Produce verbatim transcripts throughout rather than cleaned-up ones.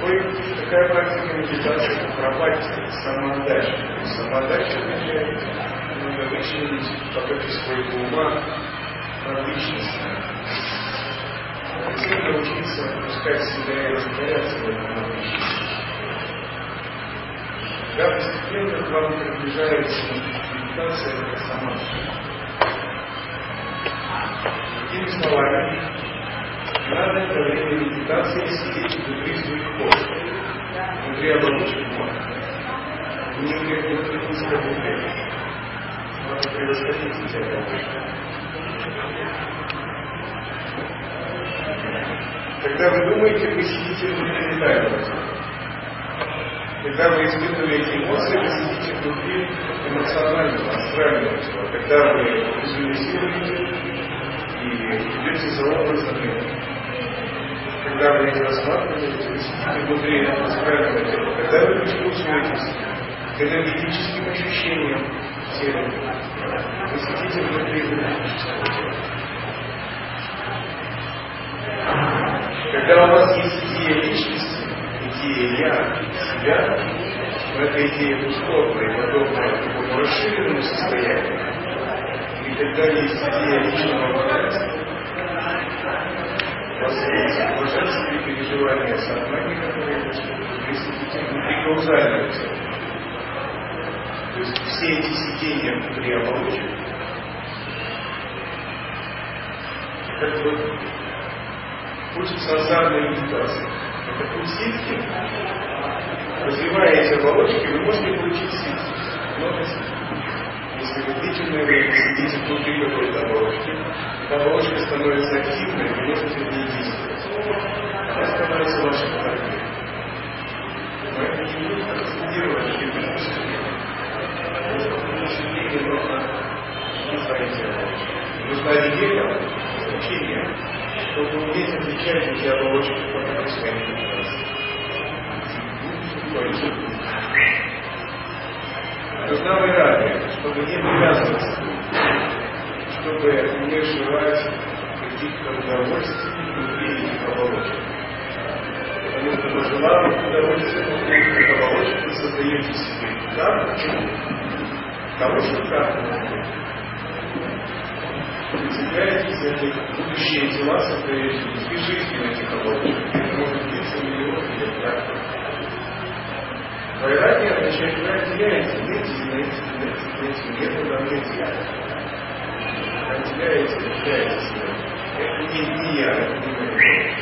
Такой, такая практика медитации, как рабатия, самоотдача. Самоотдача означает ну, вычленить потоки своего ума на личность. Затем научиться отпускать себя и растворяться в этом личности. Когда постепенно к вам приближается медитация, как сама. Другими словами, надо во время медитации сидеть внутри своих кож, внутри оболочки ума, не внутри скорлупы. Надо превосходить эти оболочки. Когда вы думаете, вы сидите внутри ментального. Когда вы испытываете эмоции, вы сидите внутри эмоционального, астрального тела. Когда вы визуализируете и идете за образами, когда вы их рассматриваете, вы сидите внутри астрального тела. Когда вы прислушиваетесь к энергетическим ощущениям в теле, вы сидите внутри энергетического тела. Когда у вас есть идея личности, идея «я», «себя», но эта идея условная и подобная такому расширенному состоянию, и когда есть идея личного богатства, у вас есть блаженство и переживание сознания, которые вы сидите внутри каузального тела. То есть все эти сидения внутри оболочек, как бы путь сансарной медитации. Это путь ситхи. Развивая эти оболочки, вы можете получить ситхи. Много ситхи. Если вы длительное время сидите внутри какой-то оболочки, эта оболочка становится активной, вы можете в ней действовать. Она становится вашей энергией. Но это не нужно раскодировать какие-то усиления. Нужно усиление, нужно знаете оболочки. Нужна века, учение, чтобы уметь отличать эти оболочки по своей медитации. Нужна вайрагия, чтобы не привязываться, чтобы не желать каких-то удовольствий внутри этих оболочек. Потому что пожелав удовольствия внутри этих оболочек, вы создаете себе карту, хорошую карту. Вы цепляетесь за них, будущие тела создаете внутри жизни на этих оболочках. Это может длиться миллионы лет практики. Вайрагия означает, вы отделяете эти, эти, эти, эти методы от этих. Отделяете, отделяете себя. Это не, не я, это не мое.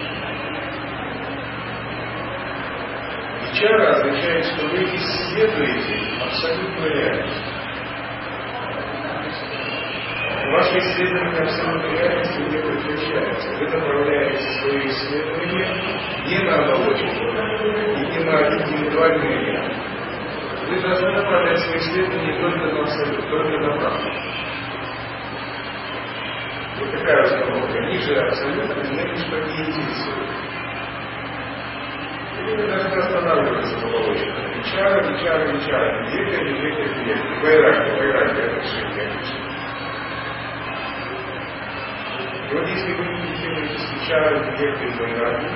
Вичара означает, что вы исследуете абсолютную реальность. Ваше исследование абсолютной реальности не прекращается. Вы направляете свои исследования не на оболочку и не на индивидуальные я. Вы должны направлять свои исследования только на абсолют, только на правду. Вот такая установка. Ниже абсолюта меня ничто не интересует. И вы должны останавливаться в оболочках. Вичара, вичара, вичара. Века, века, века. Вайраги, вайраги, отношения, отношения. И вот если вы медитируете с вичарой, векой и вайраги,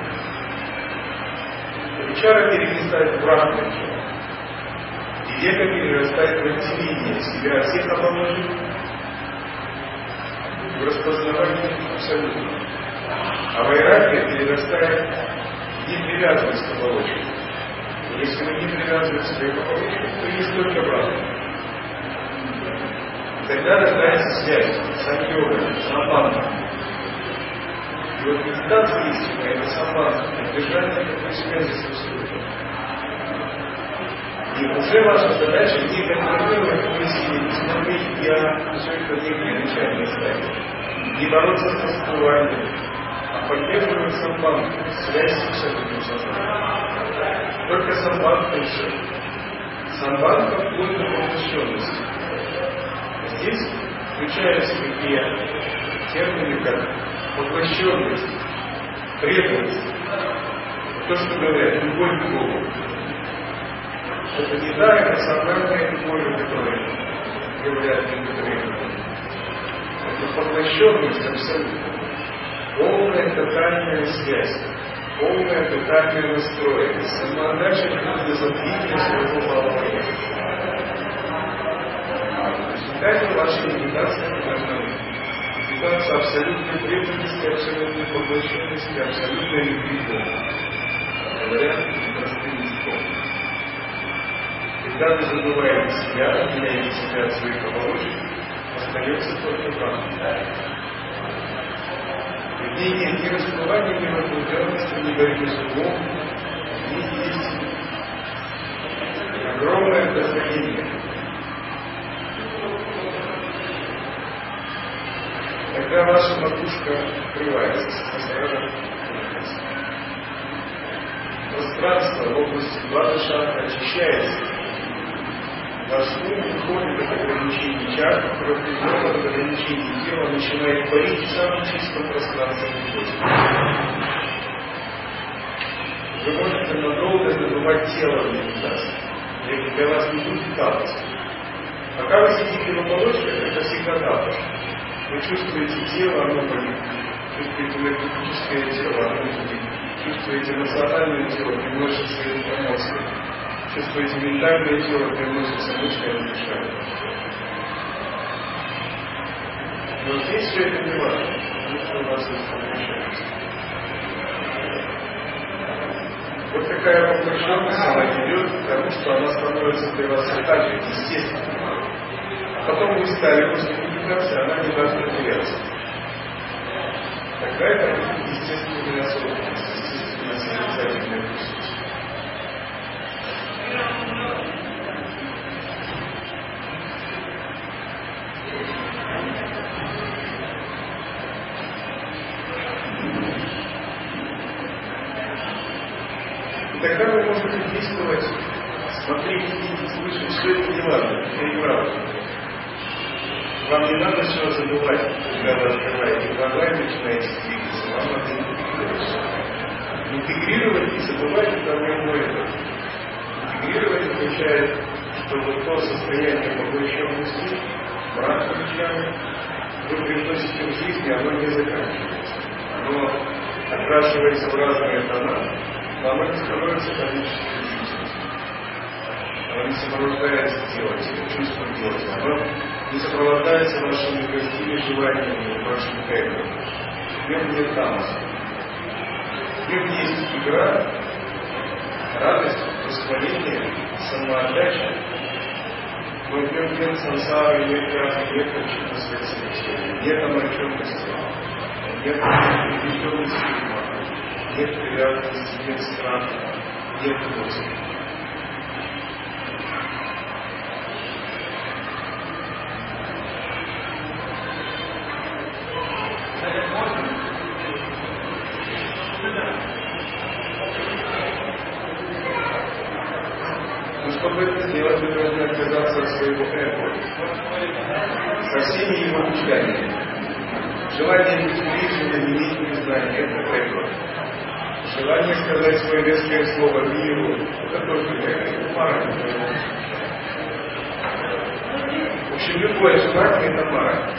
вичара перерастает в брахмачу, и века перерастает в отделение себя от всех оболочек, в распознавание абсолютно. А вайрагия перерастает в непривязанность к оболочке. И если вы не привязываете себя к оболочке, то есть только брахма. Тогда рождается связь, саньога, самбандха. И вот медитация истинная, это самбандха, поддержание такой связи с абсолютом. И уже ваша задача не контролировать мысли, не смотреть я, все это некие начальные стадии. Не бороться с проступанием, а поддерживать самбандху, связь с абсолютным сознанием. Только самбандха и все. Самбандха вплоть до поглощенности. Здесь включаются такие термины, как поглощенность, преданность, то, что говорят, любовь к Богу. Это не та эмоциональная любовь, которую говорят некоторые люди. Это поглощенность абсолютно. Полная, тотальная связь полная тотальная настроенность, самоотдача для задвижения своего положения. В результате вашей медитации должна питаться абсолютной преданностью, абсолютной поглощенностью, абсолютной любви к Богу. Говоря простым языком. Когда вы забываете себя, отделяете себя от своих оболочек, остается только вам. В ней нет ни расплывания, ни возбужденности, ни борьбы с умом. В ней есть огромное вдохновение. Когда ваша макушка открывается, пространство в области Бхадра-шакры очищается. Ваш ум выходит от ограничений чакр, от ограничений тела, начинает парить в самом чистом пространстве любви. Вы можете надолго забывать тело в медитации. Для вас не будет тапоса. Пока вы сидите в оболочках, это всегда тапос. Вы чувствуете тело, оно болит. Чувствуете энергетическое тело, оно болит. Чувствуете эмоциональное тело, привносит свои эмоции. Чувствуете ментальное тело, привносится мысли, оно мешает. Но здесь все это не важно, потому что у вас это получается. Вот такая поглощенность, она ведет к тому, что она становится для вас так же естественной. А потом вы стали после медитации, она не даст потеряться. Тогда это будет естественная особенность, естественное созерцательное присутствие. И тогда вы можете действовать, смотреть, видеть, слышать, все это не важно, это неправда. Вам не надо все забывать, когда вы открываете глаза и начинаете двигаться, вам надо интегрировать. Интегрировать и забывать это одно и то же. Интегрировать означает, что вот то состояние поглощенности, брахмачами, вы привносите в жизнь, оно не заканчивается. Оно окрашивается в разные тона, но оно не становится конечной жизнью. Оно не сопровождается делать, чувством делать. Оно не сопровождается вашими какими желаниями, вашим эго. В нем нет тамаса. В нем есть игра, радость, восхваление, самоотдача, но в нем нет сансары, нет крахи, нет причины своей собеседования, нет омраченности, нет привлеченности ума, нет привязанности, нет страха, нет эмоций. Но чтобы это сделать, вы должны отказаться от своего эго, со всеми его мечтаниями. Желание быть ближе, иметь незнание – это эго. Желание сказать свое веское слово миру – это тоже эго, мара. В общем, любое желание – это мара.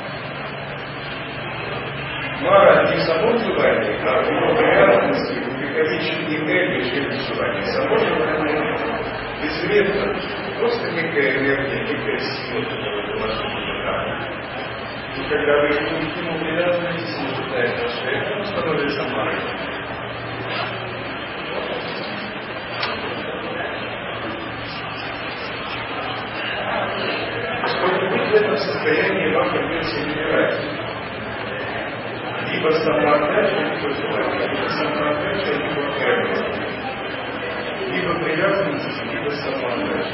Мара не само желание, а в его вариантности увековечение эго через желание. Само желание безвредно, просто некая энергия, некая сила, которая в вашем дыхании. И когда вы к нему привязываетесь, не считаете, что это становится марой. Чтобы быть в этом состоянии, вам придется выбирать. Либо самоотдача, либо желание, либо самоотдача, либо эго. Либо привязанность, либо самоотдача.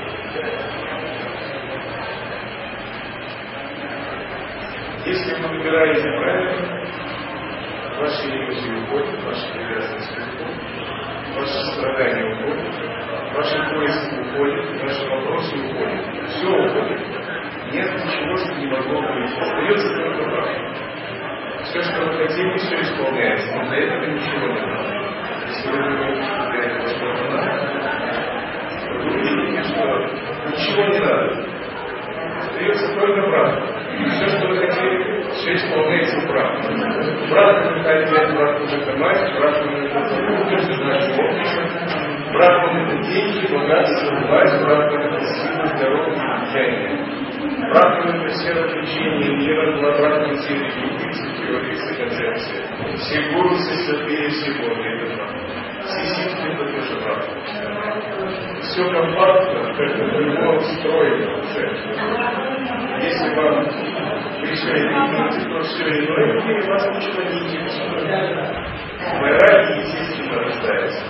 Если вы выбираете правильно, ваши иллюзии уходят, ваша привязанность уходит, ваше страдание уходит, ваши поиски уходят, ваши вопросы уходят. Все уходит. Нет ничего, что не могло быть. Остается только правда. Все, что вы хотели, все исполняется, но для этого ничего не надо. Если вы думаете, что для этого что-то надо, то вы увидите, что ничего не надо. Остается только правда. Все, что вы хотели, все исполняется правда. Правда, какая означает брахман это мать, брахман это это значит общество, брахман это деньги, богатство, власть, брахман это сила, здоровье и влияние. Брахман это все развлечения мира, брахман все религии, все теории, все концепции. Все гуру, все святые, все боги, это брахман. Все ситхи это тоже брахман. Все компактно, как у него встроено уже. Если вам решили видеть, то все иное в мире вас ничего не интересует. Мораль, естественно, рождается.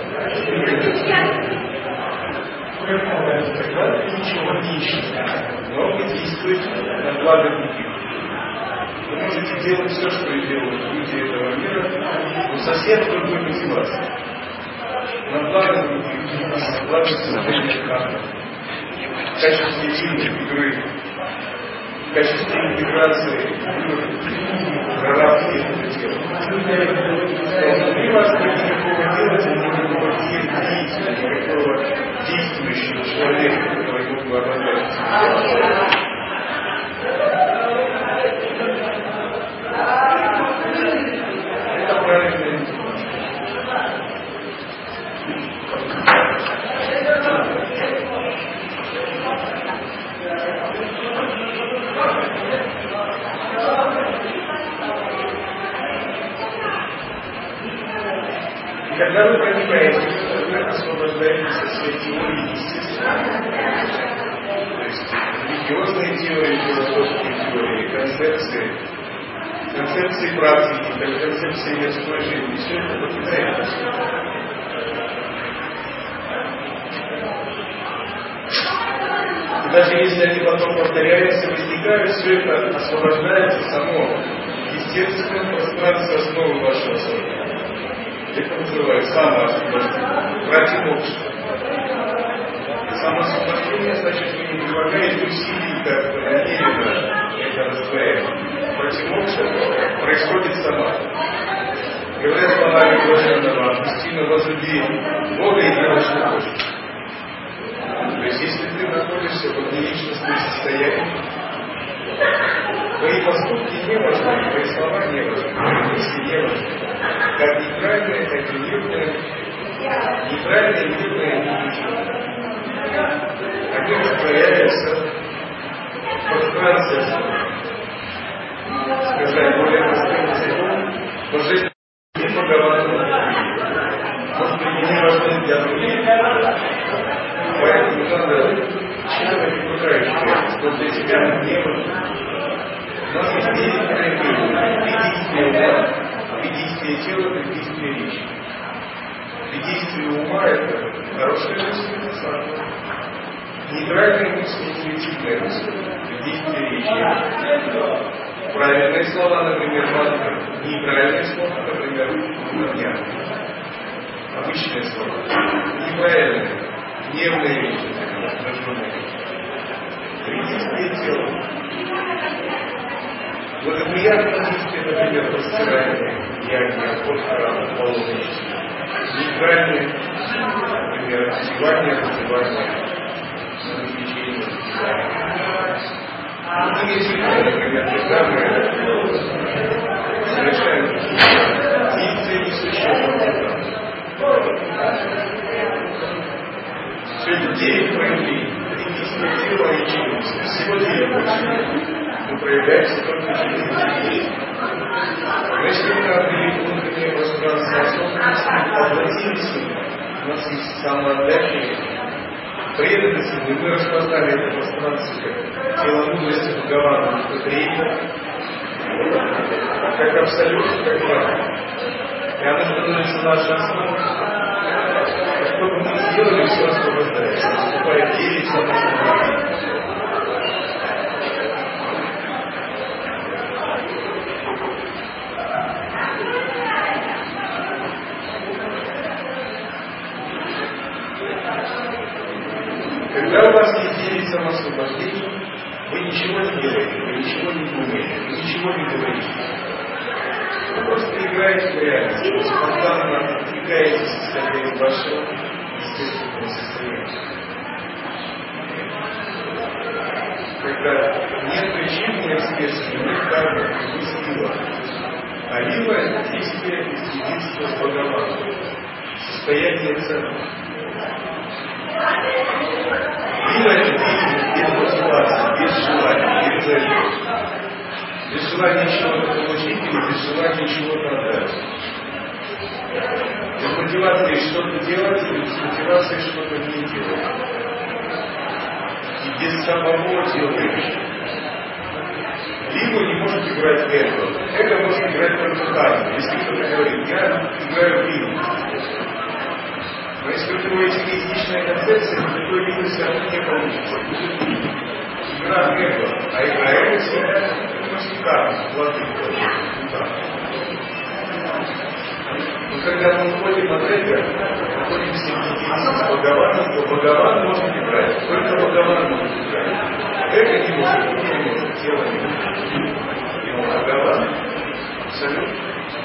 Тогда ты ничего не ищешь, но вы действуете на благо других. Вы можете делать все, что и делают люди этого мира, но совсем другой мотивации. На благо других, на благо создания кармы. В качестве сильной игры, в качестве интеграции проработки этого тела. Внутри вас нет никакого делателя, никакого деятеля, никакого действующего человека, который мог бы обладать. Это правильная информация. Когда вы проникаете, вы освобождаетесь от своей теории естественной, то есть религиозные теории, философские теории, концепции, концепции практики, концепции мирской жизни, все это покидает вас. Даже если они потом повторяются, возникают, все это освобождается само естественным пространством основы вашего сознания. Это называется самоосвобождение, противоборство. Самоосвобождение значит, вы не прилагаете усилий как-то намеренно это раздвоение. Противоборство происходит само. Говоря словами блаженного, «Отпусти возлюби Бога и делай, что хочешь». То есть, если ты находишься в одноличностном состоянии, твои поступки не важны, твои слова не важны, твои мысли не важны. Как нейтральное, так и мирное, нейтральное и мирное не они растворяются в пространстве, сказать более простым языком, божественным и Бхагаваном. Может быть, не важны для других, поэтому надо читать окружающие, что для тебя не важно. У нас есть девять проявлений. Действие ума, при действии тела, при действии речи. При действии ума это хорошая мысль, сатва. Нейтральная мысль, интуитивная мысль, при действии речи. Правильные слова, например, мантра. Нейтральные слова, например, дня. Обычные слова. Неправильные, нервные речи, например, при действии тела. Благоприятное действие, например, постирание, яние, обход, полуночи. Нейтральное, например, одевание, раздевание, развлечение, негативное, например, когда мы совершаем действия, несущие все это девять проявлений. Действие тела и челюсти. Всего девять проявлений. Мы проявляемся только через действие. Если мы обрели внутреннее пространство осознанности, обратились, у нас есть самоотдача, преданность, и мы распознали это пространство как тело мудрости Бхагавана, как рейка, как абсолют, как брахма. И оно становится нашей основой. Что бы мы ни сделали, все освобождается. Наступает девять самоосвобождений. Когда у вас есть девять самоосвобождений, вы ничего не делаете, вы ничего не думаете, вы ничего не говорите. Вы просто играете в реальность, вы спонтанно отвлекаетесь от состояния вашего естественного состояния. Когда нет причин, нет следствий, нет кармы, вы сила. А либо действие единства с Бхагаваном, состояние центра. Либо это действие без мотивации, без желания, без этого. Без желания чего-то получить или без желания чего-то отдать. Без мотивации что-то делать или без мотивации что-то не делать. И без самого делающего. Либо не может играть эго. Эго может играть только карту. Если кто-то говорит, я играю в игру. Но если у него есть эгоистичная концепция, то такой игры все равно не получится. Игра эго. А игра эго всегда носит карту, владыка. Но когда мы уходим от эго, находимся в единстве с Бхагаваном, то Бхагаван может играть. Только Бхагаван может играть. Эго не может, не может, тело не может. И Бхагаван абсолютно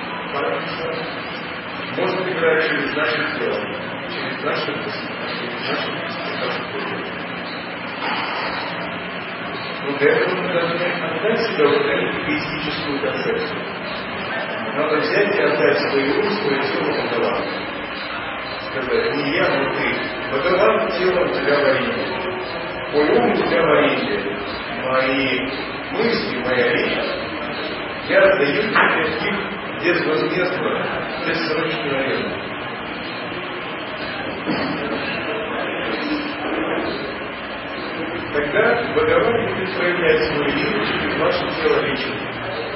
может играть через наше тело, через наши мысли, через наши мысли. Но для этого мы должны отдать себя вот эту эгоистическую концепцию. Надо взять и отдать свою ум, свое тело Бхагавану. Сказать, не я, но ты. Бхагаван тело для варенья. Мой ум у тебя варенье. Мои мысли, моя речь, я отдаю тебе их безвозмездно, бессрочную аренду. Тогда Бхагаван будет проявлять свою силу через ваше тело личности.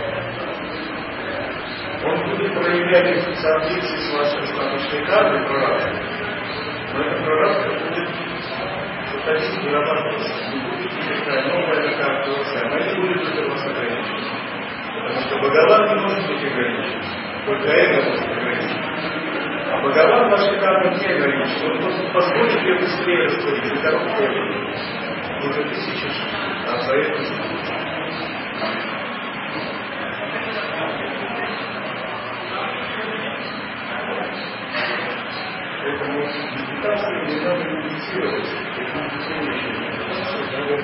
Он будет проявлять их в соответствии с вашей остаточной картой проработкой. Но эта проработка будет заходить, вырабатываться. Не будет никакая новая карта, она не будет это вас ограничивать. Потому что Бхагаван не может быть ограничен. Только эго может ограничить. А Бхагаван вашей картой не ограничен. Он просто позволит ее быстрее растворить. За короткое время. Не за тысячи шагов, а за это жизнь. Поэтому медитацию не надо медитировать, надо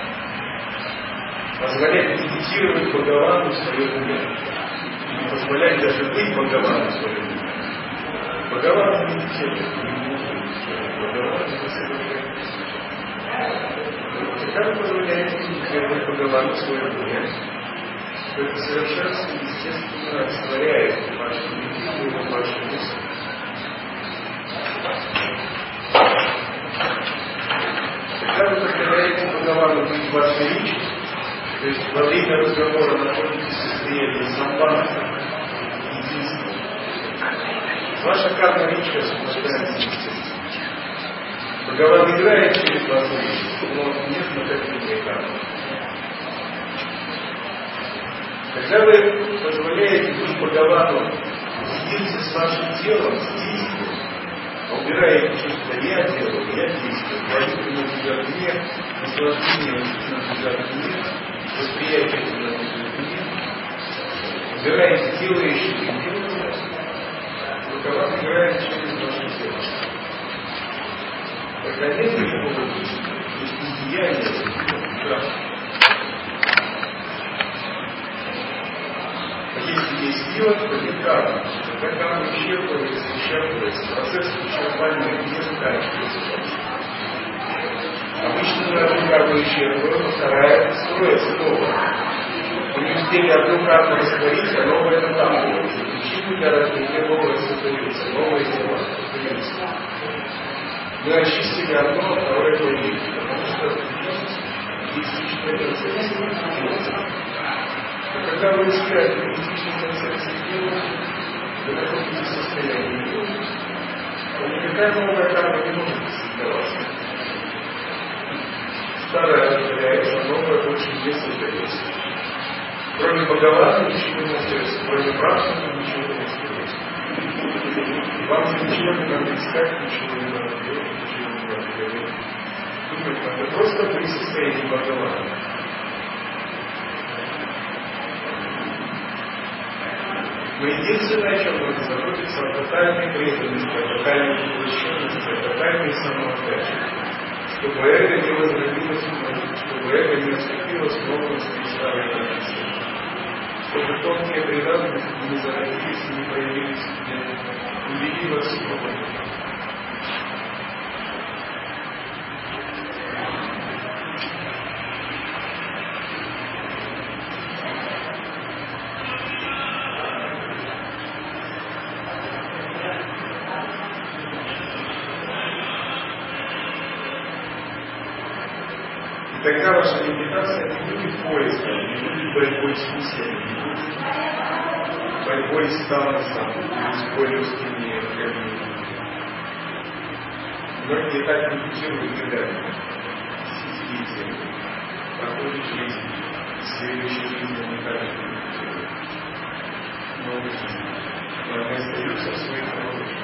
позволять медитировать Бхагавану в своем уме. Не позволять даже быть Бхагавану в своем уме. Бхагаван не медитирует, Бхагаван не совершает. Когда вы позволяете медитировать Бхагавану в своем уме, то это совершенство естественно растворяет вашу медитацию, вашу мысль. Когда вы позволяете Бхагавану быть вашей личностью, то есть во время разговора находитесь в состоянии самбанта, единства, ваша карма личность рождается естественно. Бхагаван играет через вашу личность, но нет накопления кармы. Когда вы позволяете быть Бхагавану единиться с вашим телом, с действием, убираете чувство «я делаю», «я действую», владыка наблюдает мне, наслаждение наблюдает мне, восприятие наблюдает мне, убираете делающее и делающее, Бхагаван играет через ваше тело. Когда нет никакого действия, то есть недеяния, да. Если есть сила, то нет кармы. Когда карма исчерпывается, исчерпывается, процесс исчерпания не заканчивается. Обычно мы одну карму исчерпываем, а вторая строится новая. Мы не успели одну карму растворить, а новая накапливается. Причины для развития новое создается, новое тело создается. Мы очистили одно, а второе появилось. Потому что эгоистичная концепция. Но когда вы искали эгоистичной концепции дела, вы находитесь в состоянии дела, то никакая новая карма не может создаваться. Старая растворяется, новая больше не создается. Кроме Бхагавана ничего не остается, кроме Брахмана ничего не остается. Вам ничего не надо искать, ничего не надо делать, ничего не надо говорить. Думать надо просто быть в состоянии Бхагавана. Но единственное, о чем нужно заботиться, о тотальной преданности, о тотальной поглощенности, о тотальной самоотдаче. Чтобы эго не возродилось вновь, чтобы эго не вступило снова в старые традиции. чтобы тонкие привязанности не зародились и не появились в тебе, увели во всю свободу. Тогда ваша медитация не будет поиском, не будет борьбой с мыслями, не будет борьбой с танцем, или спорью с теми организмами. Многие так медитируют годами, десятилетиями, проходит жизнь, следующая жизнь они также медитируют. Много жизней, но они остаются в своих народах.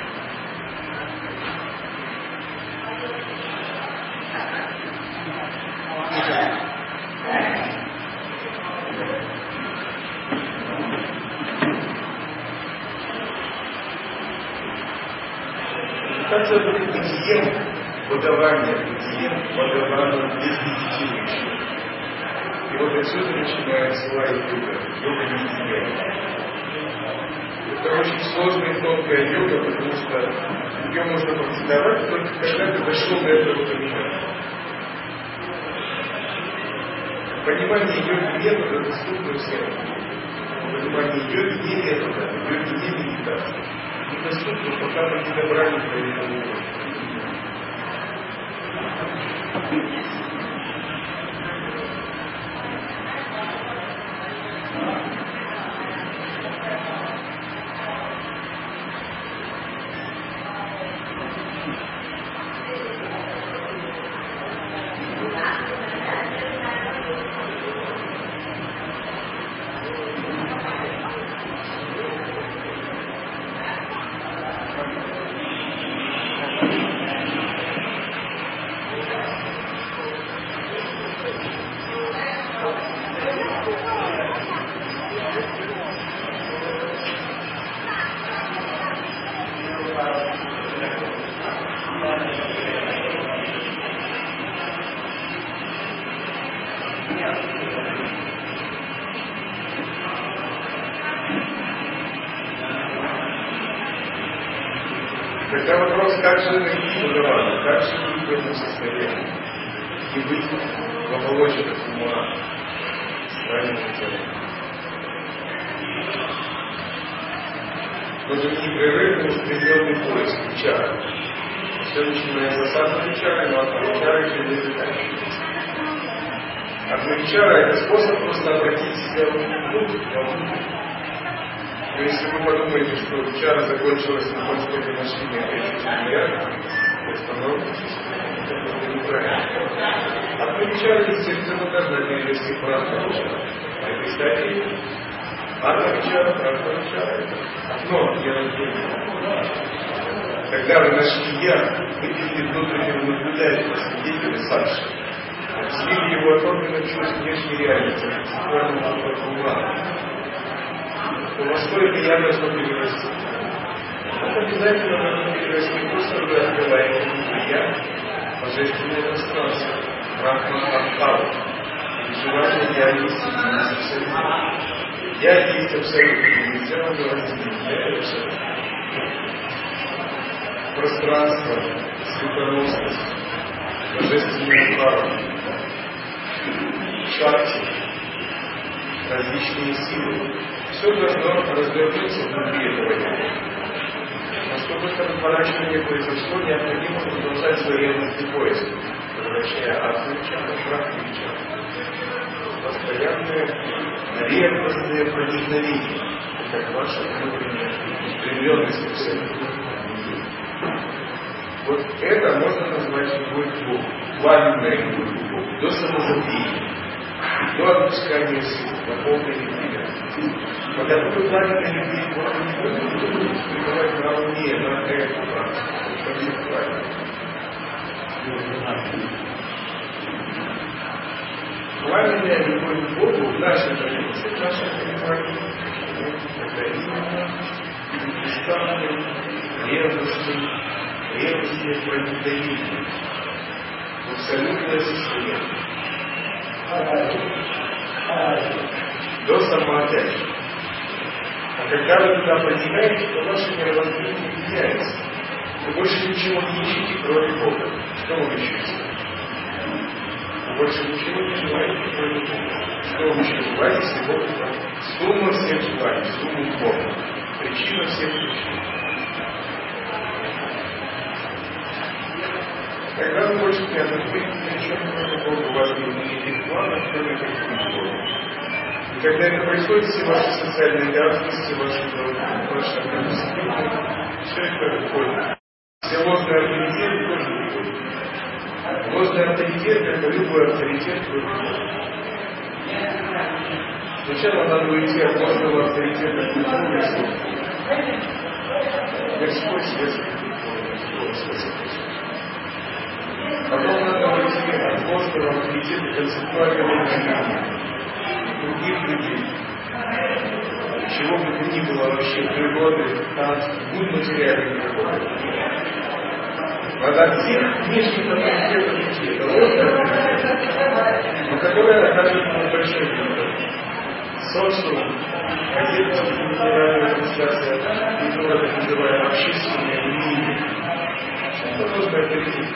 Медитация будет бытием Бхагавана, бытием Бхагавана без медитирующего. И вот отсюда начинается лай-йога, йога медитирования. Это очень сложная и тонкая йога, потому что ее можно практиковать только когда ты дошел до этого понимания. Понимание йоги метода доступно всем. Понимание йоги не метода, йоги не медитация. Недоступно, пока мы не добрались до этого уровня. Тогда вопрос, как же найти Бхагавана, как же быть в этом состоянии, не быть в оболочках ума, с правильным телом. Вот это непрерывный устремленный поиск чары. Все начинается с одной чары, но от чары еще не заканчивается. Одна чара — это способ просто обратить себя вовнутрь. Но если вы подумаете, что чара закончилась, но хоть что-то нашли, не опять то становитесь, это неправильно. Одна чара, естественно, должна перевести в правду чару. А это стадии одна чара, правда чара. Но я надеюсь, когда вы нашли я, вы видели внутреннего наблюдателя, свидетеля Саши. Отделили его от органов чувств внешней реальности, сексуального ума. То насколько я должно перерасти. Это обязательно должно перерасти, просто вы открываете внутри я божественное пространство, Брахма-Ахава. Желание я есть единица абсолютно. Я есть абсолютно. Нельзя вам говорить, я абсолютно. Пространство, светоносность, божественная Ахава, шакти, различные силы. Все должно развернуться внутри этого я. Поскольку это разворачивание произошло, необходимо продолжать свой ревностный поиск, превращая атмича в брахмича. Постоянное ревностное проникновение, как ваша внутренняя устремленность к всему. Вот это можно назвать любовь к Богу, пламенная любовь к Богу, до самозабвения, до отпускания сил, до полной ликвидации. Когда вы пламенной любви к Богу не будете пребывать на уме, на эту практику, концептуально. Пламенная любовь к Богу в нашей традиции, в нашем понимании, это именно непрестанный, ревностный, ревностное проникновение в абсолютное состояние. До самоотдачи. Когда вы туда проникаете, то ваше мировоззрение меняется. Вы больше ничего не ищете, кроме Бога. Что вы ищете? Вы больше ничего не желаете, кроме Бога. Что вы еще желаете, если Бог это сумма всех желаний, сумма Бога. Причина всех причин. Когда вы больше не отдадите ни о чем, кроме Бога, у вас нет никаких планов, кроме каких Бога. И когда это происходит, все ваши социальные обязанности, ваши долги, ваши отношения, все это уходит. Все ложные авторитеты тоже уходят. Ложный авторитет, это любой авторитет, который сначала надо уйти от ложного авторитета к любому собственному. Господь светский способ. Потом надо уйти от ложного авторитета концептуального мышления. Других людей, чего бы то ни было вообще, природы, танцев, будь материальной природы. От всех внешних авторитетов людей, это ложная авторитет, но которая оказывает на большой вид. Социум, газета, генеральная организация, которая так называемая общественное мнение. Это ложный авторитет.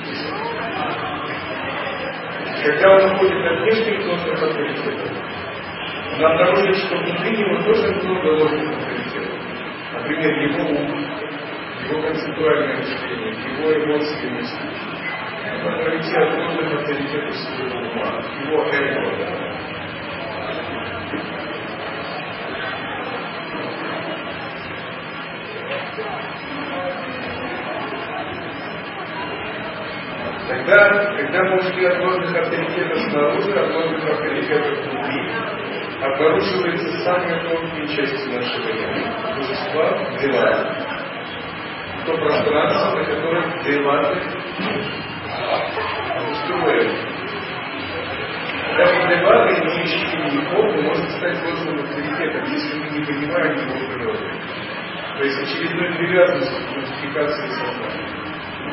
Когда он уходит от внешних ложных авторитетов, он обнаружит, что внутри него тоже много ложных авторитетов. Например, его ум, его концептуальное мышление, его эмоции и мысли. Надо уйти от ложных авторитетов своего ума, его эго. Тогда, когда мы ушли от ложных авторитетов снаружи, от ложных авторитетов внутри, обнаруживаются самые тонкие части нашего я. Божества, деваты. То пространство, на котором деваты устроены. Даже деваты, имеющие имени Бога, может стать ложным авторитетом, если мы не понимаем его природы. То есть очередной привязанностью к модификации сознания.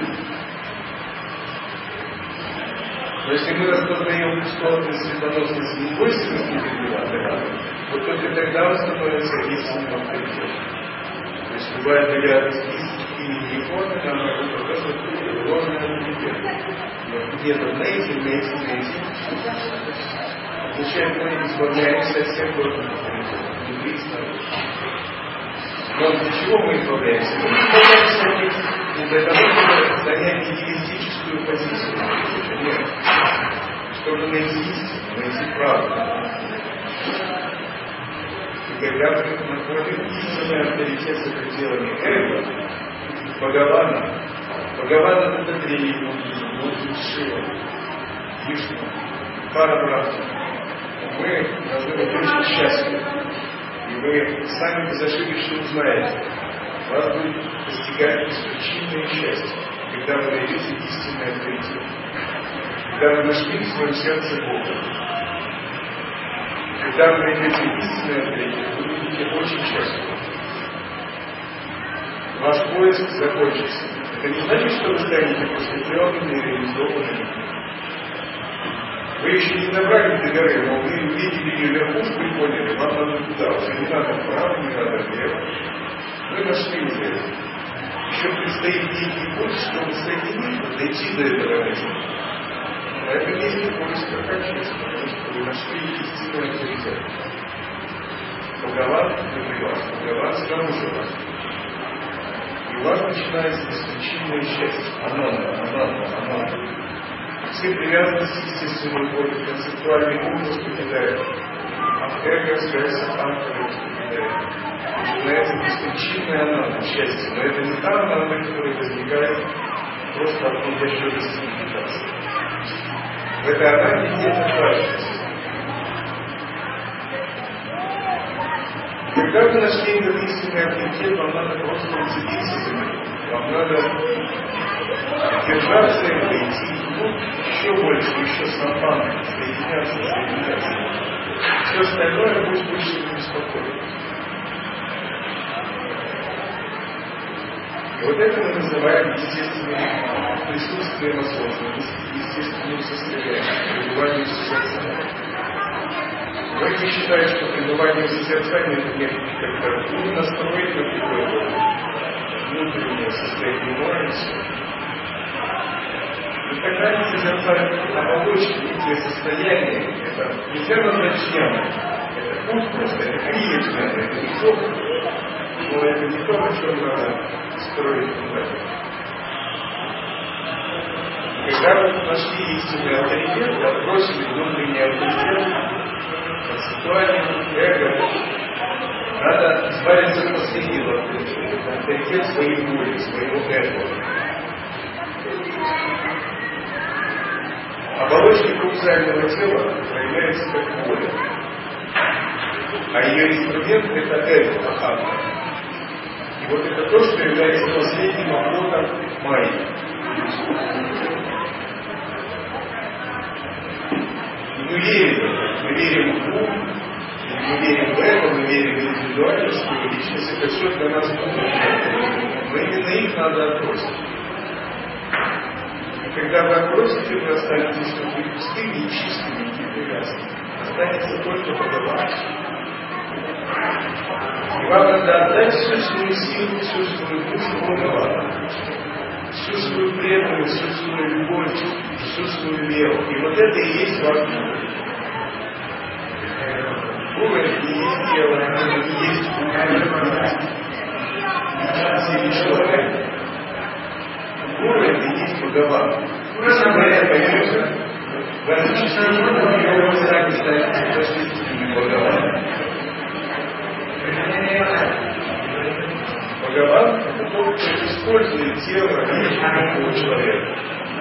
Но если мы распознаем пустотность, светоносность и двойственность деваты, вот только тогда он становится истинным авторитетом. То есть любая привязанность имени и формы нам могут показывать ложный авторитет. Но где-то найти, найти, найти. Означает, мы избавляемся от всех ложных авторитетов. Внутри и снаружи. Но для чего мы избавляемся? Мы избавляемся не для того, чтобы занять идеалистическую позицию. Нет. Чтобы найти истину, найти правду. И когда мы находим истинный авторитет за пределами эго, Бхагавана, Бхагавана Дататрея, Мудри, Шива, Вишну, Парабрахма, мы должны быть очень счастливы. И вы сами безошибочно узнаете, вас будет постигать беспричинное счастье, когда вы найдете истинный авторитет. Когда вы нашли в своем сердце Бога. Когда вы найдете истинный авторитет, вы будете очень счастливы. Ваш поиск закончится. Это не значит, что вы станете просветленными и реализованными. Вы еще не добрались до горы, но вы увидели ее верхушку и поняли, вам надо туда, уже не надо вправо, не надо влево. Вы нашли уже это. Еще предстоит некий путь, чтобы соединиться, дойти до этого места. Но это место поиска окончается, потому что вы нашли истинный авторитет. Бхагаван внутри вас, Бхагаван снаружи вас. И у вас начинается беспричинное счастье. Ананда, ананда, ананда. Все привязанности, естественно, уходят, концептуальный ум вас покидает, а эго, связь, анкера вас покидает. Начинается беспричинное ананда, счастье. Но это не та ананда, которая возникает просто от навязчивости медитации. В этой ананде нет отважности. Когда вы нашли этот истинный авторитет, вам надо просто уцепиться за него. Вам надо держаться этого, идти ну, еще больше, еще снопанно, соединяться, соединяться. Все остальное пусть больше не беспокоит. И вот это мы называем естественным присутствием осознанности, естественным состоянием, пребыванием в сердце. Многие считают, что пребывание в созерцании это некий как-то ну, настроить на какое-то внутреннее состояние ума и все. И тогда не созерцают оболочки, некие состояния, это нельзя назвать членом. Это путь просто, это крия члена, это не плохо. Но это не то, на чем надо строить фундамент. Когда вы нашли истинный авторитет, отбросили внутренний авторитет, концептуальный, эго, надо избавиться от последнего авторитета, авторитет своей воли, своего эго. Оболочка каузального тела проявляется как воля, а ее инструмент это эго, ахатма. И вот это то, что является последним оплотом майи. Мы верим, мы верим в ум, мы верим в эго, мы верим в индивидуальность, в личность, это все для нас будет. Но именно их надо отбросить. И когда вы отбросите, вы останетесь внутри пустыми и чистыми, и непривязанными. Останется только Бхагаван. И вам надо отдать всю свою силу, всю свою душу Бхагавану. Всю свою преданность, всю свою любовь, всю свою веру. И вот это и есть ваш гуру. Гуру это не есть тело, это не есть личность человека. Гуру это и есть Бхагаван. Если вы это поймете, в этом частине вы сами станете последствиями Бхагавана. Бхагаван – это тот, кто использует тело другого человека.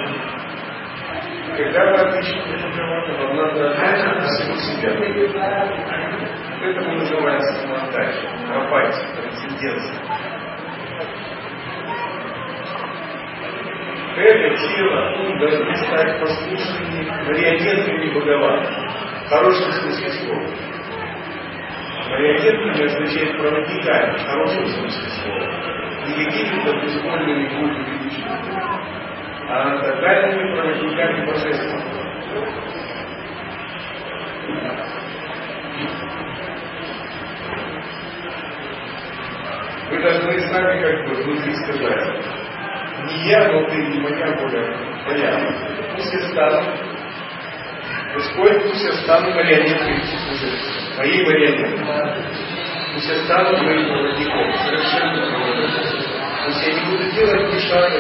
Когда вы отличите Бхагавана, вам надо отдать всего себя. Это мы называем самоотдача, апатия, трансценденция. Эго, тело, ум должны стать послушными марионетками Бхагавана. В хорошем смысле слова. Марионетками означает проводниками, в хорошем смысле слова. Не какими-то безвольными глупыми учениками, а тотальными проводниками божества. Вы должны сами как бы внутри сказать: не я, но ты, не моя воля, твоя. Пусть я стану, Господь, пусть я стану марионеткой моей марионеткой. Пусть я стану твоим проводником, совершенно проводником. Пусть я не буду делать ни шага.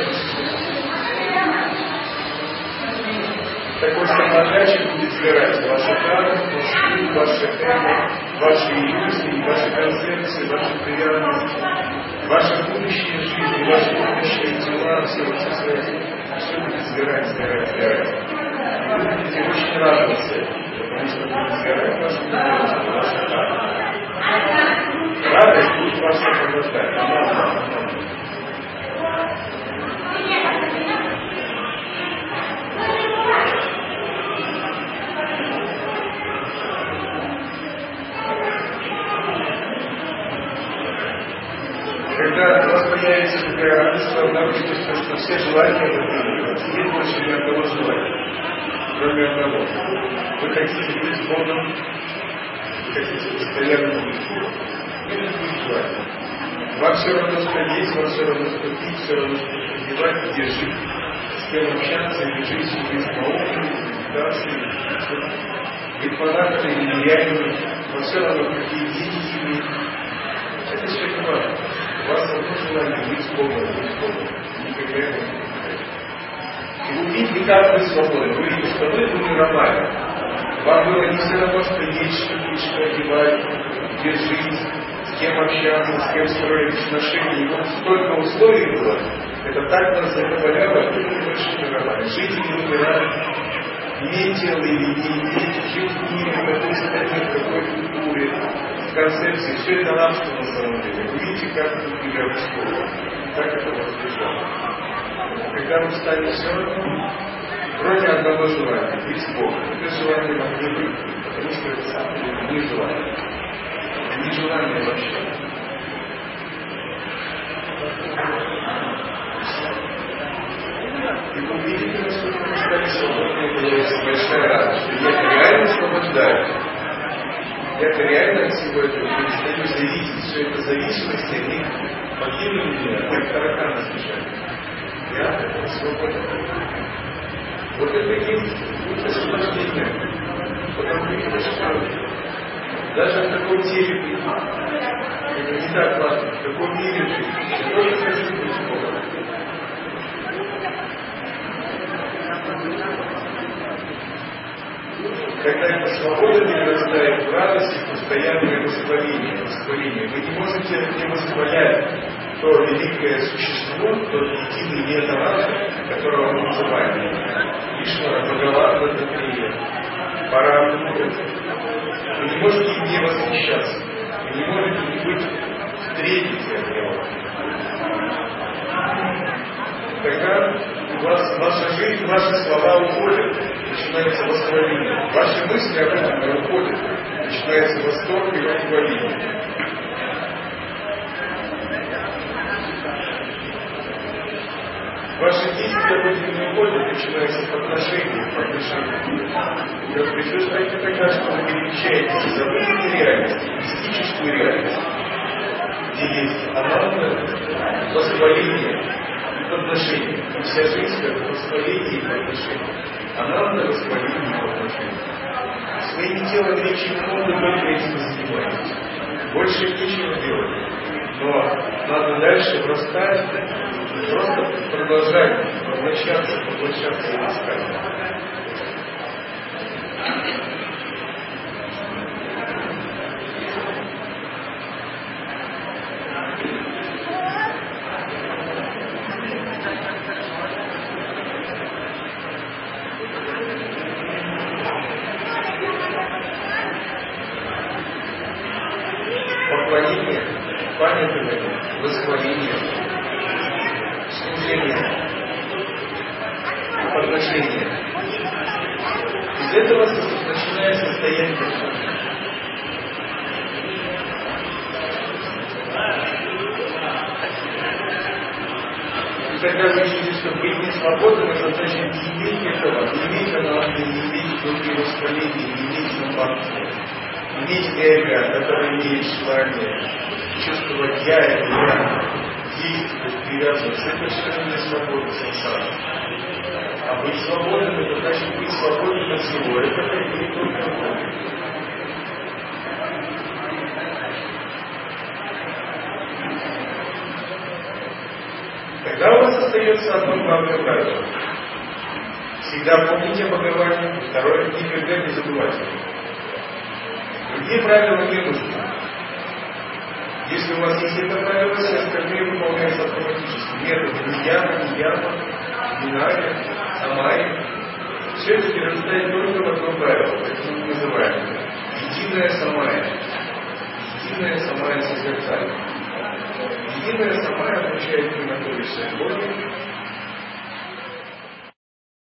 Такой самоотдачей будет сгорать ваша карма, ваш ум, ваше эго, ваши иллюзии, ваши концепции, ваши привязанности, ваша будущая жизнь, ваши будущие дела, все вот это, все будет сгорать, сгорать, сгорать. Вы будете очень радоваться, потому что будет сгорать ваша привязанность, ваша карма. Радость будет вас сопровождать. Когда у вас появится такая радость, вы обнаружите, что все желания выполняются. Нет больше ни одного желания, кроме одного. Вы хотите быть с Богом, вы хотите постоянно быть с Богом. Это будет желание. Вам все равно, что есть, вам все равно, что пить, все равно, что пребывать, где жить, с кем общаться, или жить в науке, медитации, быть монахами или нереальными, вам все равно, какие деньги иметь. Это все не важно. У вас одно желание быть с Богом, быть с Богом. Никогда не будет. И вы видите, как вы свободны. Вы видите, что вы были рабами. Вам было не все равно, что есть, что пить, что одевать, где жить, с кем общаться, с кем строить отношения. И вот столько условий было. Это так нас закабаляло, что вы больше не рабами. Жить или умирать, иметь тело или не иметь, жить в мире, в какой стране, в какой культуре, в концепции. Все это рабство на самом деле. Вы видите, как вы были обскованы. Как это вас держало. Когда вы стали все равно, кроме одного желания, быть с Богом. Это желание вам не выйдет, потому что это самое не желание. Не желание вообще. И вы увидите, насколько вы стали свободны, это есть большая радость, что я реально освобождаюсь. Я-то реально от всего этого перестаю зависеть. Все это зависимости, они покинули меня, как тараканы сбежали. Я от этого свободен. Вот это и есть путь освобождения. Потому что даже в таком теле это не так важно, в каком мире жить. Я тоже хочу быть Богом. Когда эта свобода перерастает в радость и постоянное восхваление, восхваление, вы не можете не восхвалять то великое существо, тот единый не-разум, которого мы называем Ишвара, Бхагавана, Датрея, Параматма. Вы не можете не восхищаться, вы не можете не быть в трепете от него. Тогда у вас, ваша жизнь, ваши слова уходят, начинается восхваление. Ваши мысли об этом не уходят, начинается восторг и восхваление. Ваши действия об этом не уходят, начинается подношение, подношение. И вот присутствуете тогда, что вы перемещаетесь за высокую реальность, мистическую реальность, где есть ананда, восхваление, подношение. И вся жизнь как восхваление и подношение. Ананда, восхваление и подношение. Своим телом речи много только этим занимаетесь. Больше нечего делать. Но надо дальше врастать, просто продолжать поглощаться, поглощаться и раскать. Поклонение, памятование, восхваление, служение, подношение. Из этого начинается состояние духа. И тогда вы видите, что быть не свободным, это значит не иметь этого, не иметь ананды, не иметь другие восхваления, не иметь самбхакти. Иметь эго, которое имеет желание чувствовать я, это я, действовать, привязываться, это совершенно не свобода сансара. А быть свободным, это значит быть свободным от всего. Это как бы не только Бог. Тогда у вас остается одно главное правило. Всегда помните о Бхагаване, второе, никогда не забывайте. Другие правила не нужны. Если у вас есть это правило, все остальные выполняются автоматически. Методы ни яма, ни яма, ни нари, самари. Все это перерастает только в одно правило, как мы называем. Единая самая. Единая самая созерцание. Единая самая означает, ты находишься в Боге,